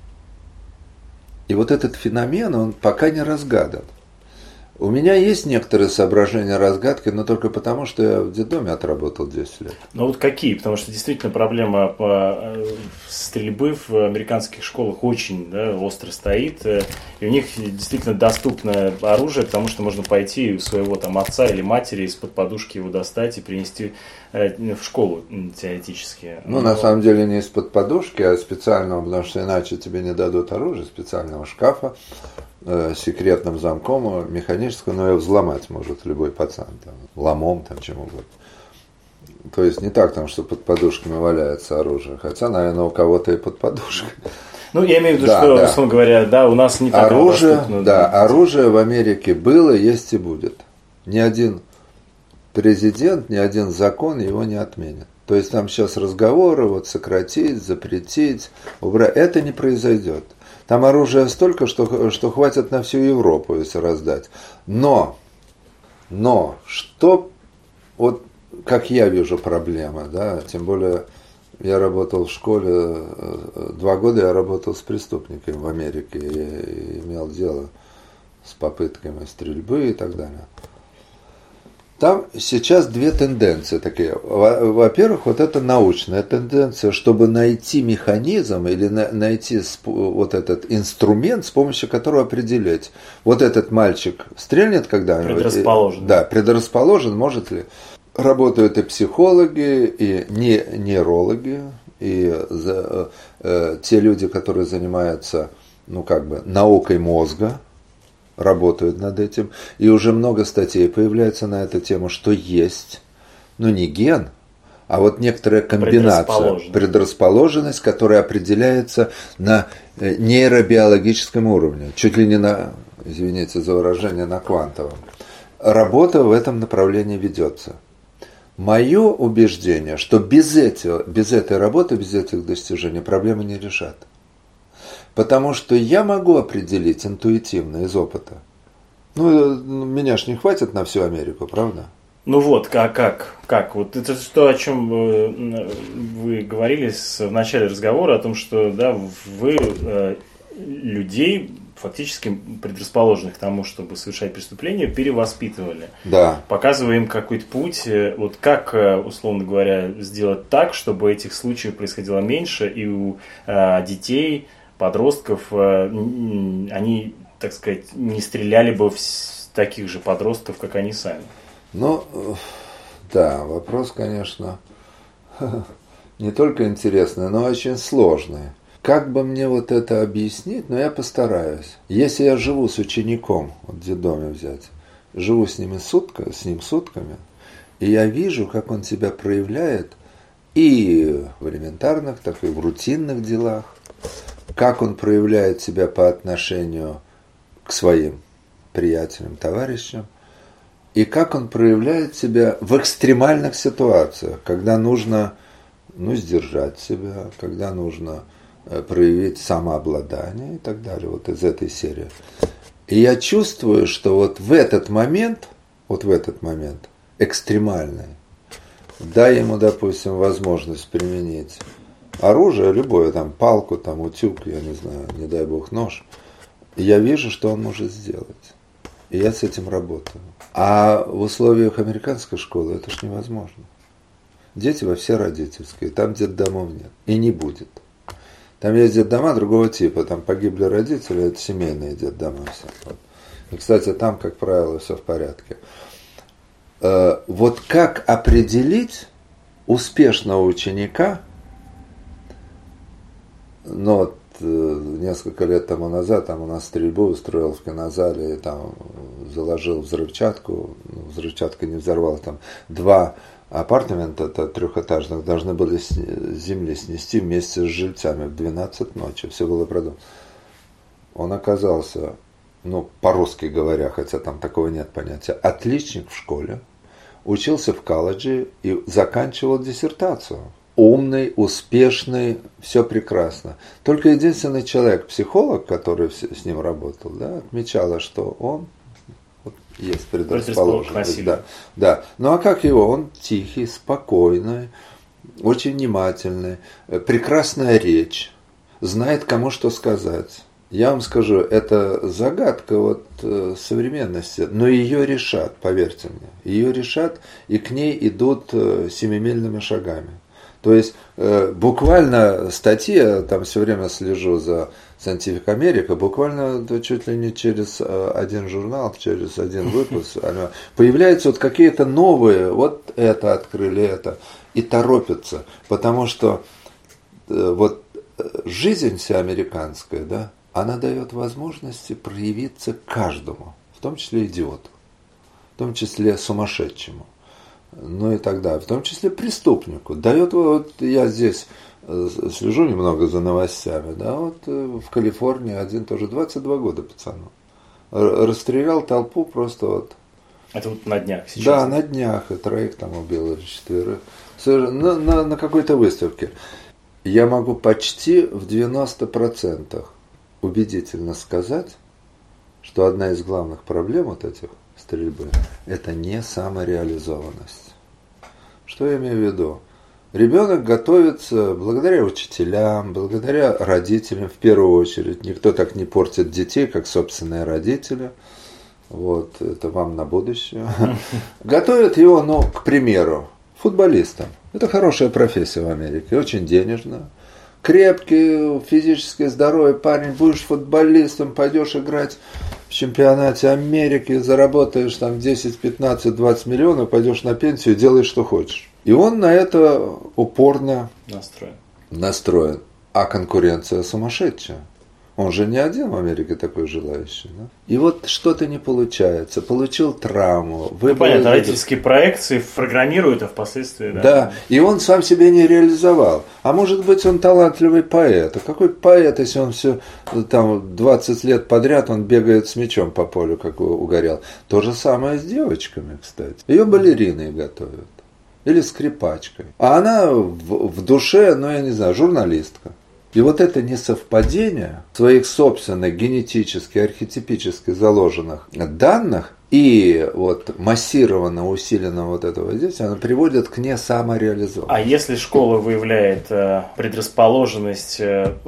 И вот этот феномен, он пока не разгадан. У меня есть некоторые соображения разгадки, но только потому, что я в детдоме отработал десять лет. Ну вот какие? Потому что действительно проблема по стрельбы в американских школах очень, да, остро стоит. И у них действительно доступно оружие, потому что можно пойти у своего там отца или матери из-под подушки его достать и принести в школу теоретически. Ну, но... на самом деле не из-под подушки, а специального, потому что иначе тебе не дадут оружие, специального шкафа. э, секретным замком механическим, но ее взломать может любой пацан, там, ломом, там, чем угодно. То есть не так, там, что под подушками валяется оружие, хотя, наверное, у кого-то и под подушкой. Ну, я имею в виду, да, что, да. условно говоря, да, у нас не так оружие, доступно. Да, да, оружие в Америке было, есть и будет. Ни один президент, ни один закон его не отменит. То есть там сейчас разговоры, вот сократить, запретить, убрать. Это не произойдет. Там оружия столько, что, что хватит на всю Европу, если раздать. Но, но, что, вот как я вижу проблемы, да, тем более я работал в школе, два года я работал с преступниками в Америке и имел дело с попытками стрельбы и так далее. Там сейчас две тенденции такие. Во-первых, вот это научная тенденция, чтобы найти механизм или найти вот этот инструмент, с помощью которого определить, вот этот мальчик стрельнет когда-нибудь. Предрасположен. Да, предрасположен, может ли. Работают и психологи, и нейрологи, и за, э, те люди, которые занимаются, ну как бы, наукой мозга, работают над этим, и уже много статей появляется на эту тему, что есть, ну не ген, а вот некоторая комбинация, предрасположенность, предрасположенность которая определяется на нейробиологическом уровне, чуть ли не на, извините за выражение, на квантовом. Работа в этом направлении ведется. Мое убеждение, что без, этого, без этой работы, без этих достижений проблемы не решат. Потому что я могу определить интуитивно из опыта. Ну, меня ж не хватит на всю Америку, правда? Ну вот, как, как, как? Вот это то, о чем вы, вы говорили в начале разговора, о том, что да, вы э, людей, фактически предрасположенных к тому, чтобы совершать преступления, перевоспитывали. Да. Показывая им какой-то путь, вот как, условно говоря, сделать так, чтобы этих случаев происходило меньше, и у э, детей, подростков, э, они, так сказать, не стреляли бы в таких же подростков, как они сами. Ну, да, вопрос, конечно, не только интересный, но очень сложный. Как бы мне вот это объяснить, но я постараюсь. Если я живу с учеником, вот в детдоме взять, живу с ним, сутка, с ним сутками, и я вижу, как он себя проявляет и в элементарных, так и в рутинных делах, как он проявляет себя по отношению к своим приятелям, товарищам, и как он проявляет себя в экстремальных ситуациях, когда нужно, ну, сдержать себя, когда нужно проявить самообладание и так далее, вот из этой серии. И я чувствую, что вот в этот момент, вот в этот момент, экстремальный, дай ему, допустим, возможность применить оружие, любое, там, палку, там, утюг, я не знаю, не дай бог, нож, и я вижу, что он может сделать. И я с этим работаю. А в условиях американской школы это ж невозможно. Дети во все родительские, там детдомов нет и не будет. Там есть детдома другого типа, там погибли родители, это семейные детдома все. Вот. И, кстати, там, как правило, все в порядке. Э, вот как определить успешного ученика, ну, вот, э, несколько лет тому назад там у нас стрельбу устроил в кинозале, там заложил взрывчатку, ну, взрывчатка не взорвала, там два апартамента трехэтажных должны были с земли снести вместе с жильцами в двенадцать ночи. Все было продумано. Он оказался, ну, по-русски говоря, хотя там такого нет понятия, отличник в школе, учился в колледже и заканчивал диссертацию. Умный, успешный, все прекрасно. Только единственный человек, психолог, который с ним работал, да, отмечала, что он есть предрасположенность. Да, да. Ну а как его? Он тихий, спокойный, очень внимательный, прекрасная речь, знает, кому что сказать. Я вам скажу, это загадка вот современности, но ее решат, поверьте мне. Ее решат, и к ней идут семимильными шагами. То есть буквально статьи, я там все время слежу за Scientific America, буквально чуть ли не через один журнал, через один выпуск, появляются вот какие-то новые, вот это открыли, это, и торопятся, потому что вот жизнь вся американская, да, она дает возможности проявиться каждому, в том числе идиоту, в том числе сумасшедшему, ну и так далее, в том числе преступнику. Дает, вот я здесь слежу немного за новостями, да, вот в Калифорнии один тоже двадцать два года пацану расстрелял толпу просто вот. Это вот на днях сейчас? Да, на днях, и троих там убил, или четверых, на, на, на какой-то выставке. Я могу почти в девяноста процентах убедительно сказать, что одна из главных проблем вот этих стрельбы – это не самореализованность. Что я имею в виду? Ребенок готовится благодаря учителям, благодаря родителям в первую очередь. Никто так не портит детей, как собственные родители. Вот, это вам на будущее. Готовят его, ну, к примеру, футболистом. Это хорошая профессия в Америке, очень денежная. Крепкий, физически здоровый парень, будешь футболистом, пойдешь играть в чемпионате Америки, заработаешь там десять, пятнадцать, двадцать миллионов, пойдешь на пенсию и делаешь, что хочешь. И он на это упорно настроен. настроен. А конкуренция сумасшедшая. Он же не один в Америке такой желающий. Да? И вот что-то не получается. Получил травму. Ну, понятно, родительские проекции программируют, а впоследствии... Да. да, и он сам себя не реализовал. А может быть, он талантливый поэт. А какой поэт, если он все там двадцать лет подряд он бегает с мячом по полю, как угорел. То же самое с девочками, кстати. Ее балериной готовят. Или скрипачкой. А она в, в душе, ну я не знаю, журналистка. И вот это несовпадение своих собственных генетически, архетипически заложенных данных и вот массированно усиленного вот этого воздействия, оно приводит к несамореализации. А если школа выявляет предрасположенность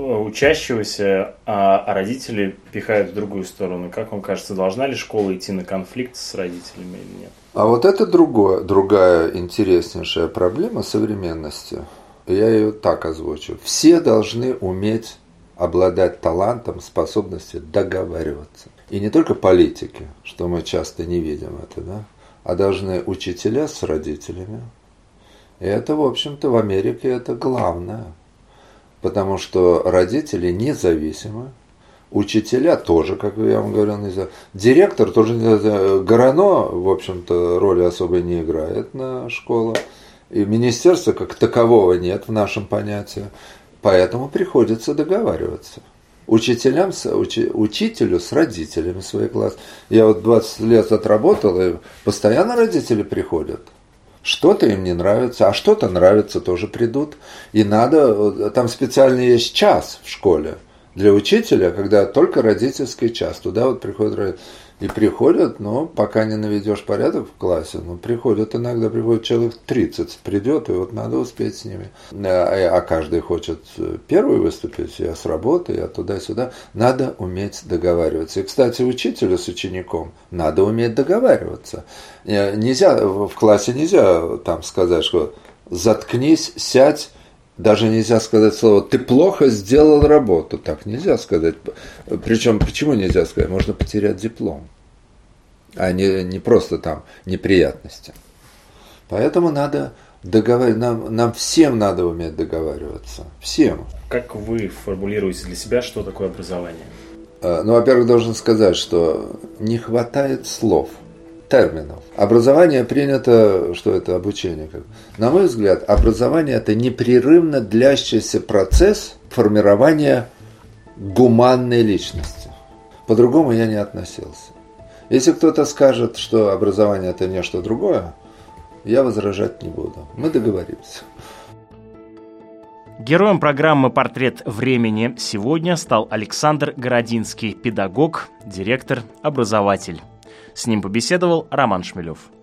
учащегося, а родители пихают в другую сторону, как вам кажется, должна ли школа идти на конфликт с родителями или нет? А вот это другое, другая интереснейшая проблема современности. Я ее так озвучу. Все должны уметь обладать талантом, способностью договариваться. И не только политики, что мы часто не видим это, да, а должны учителя с родителями. И это, в общем-то, в Америке это главное. Потому что родители независимы. Учителя тоже, как я вам говорил, нельзя. Директор тоже нельзя. Горано, в общем-то, роли особой не играет на школу. И министерства как такового нет в нашем понятии. Поэтому приходится договариваться. Учителям, учи, учителю с родителями своих класс. Я вот двадцать лет отработал, и постоянно родители приходят. Что-то им не нравится, а что-то нравится, тоже придут. И надо, там специально есть час в школе для учителя, когда только родительский час. Туда вот приходят родители. И приходят, но пока не наведешь порядок в классе, ну, приходят иногда, приходит человек тридцать, придет, и вот надо успеть с ними. А, а каждый хочет первый выступить, я с работы, я туда-сюда. Надо уметь договариваться. И, кстати, учителю с учеником надо уметь договариваться. Нельзя, в классе нельзя там сказать, что заткнись, сядь. Даже нельзя сказать слово «ты плохо сделал работу». Так нельзя сказать. Причем, почему нельзя сказать? Можно потерять диплом. А не, не просто там неприятности. Поэтому надо договариваться. Нам, нам всем надо уметь договариваться. Всем. Как вы формулируете для себя, что такое образование? Ну, во-первых, должен сказать, что не хватает слов. Терминов. Образование принято, что это обучение. На мой взгляд, образование это непрерывно длящийся процесс формирования гуманной личности. По-другому я не относился. Если кто-то скажет, что образование это нечто другое, я возражать не буду. Мы договоримся. Героем программы «Портрет времени» сегодня стал Александр Городинский, педагог, директор, образователь. С ним побеседовал Роман Шмелев.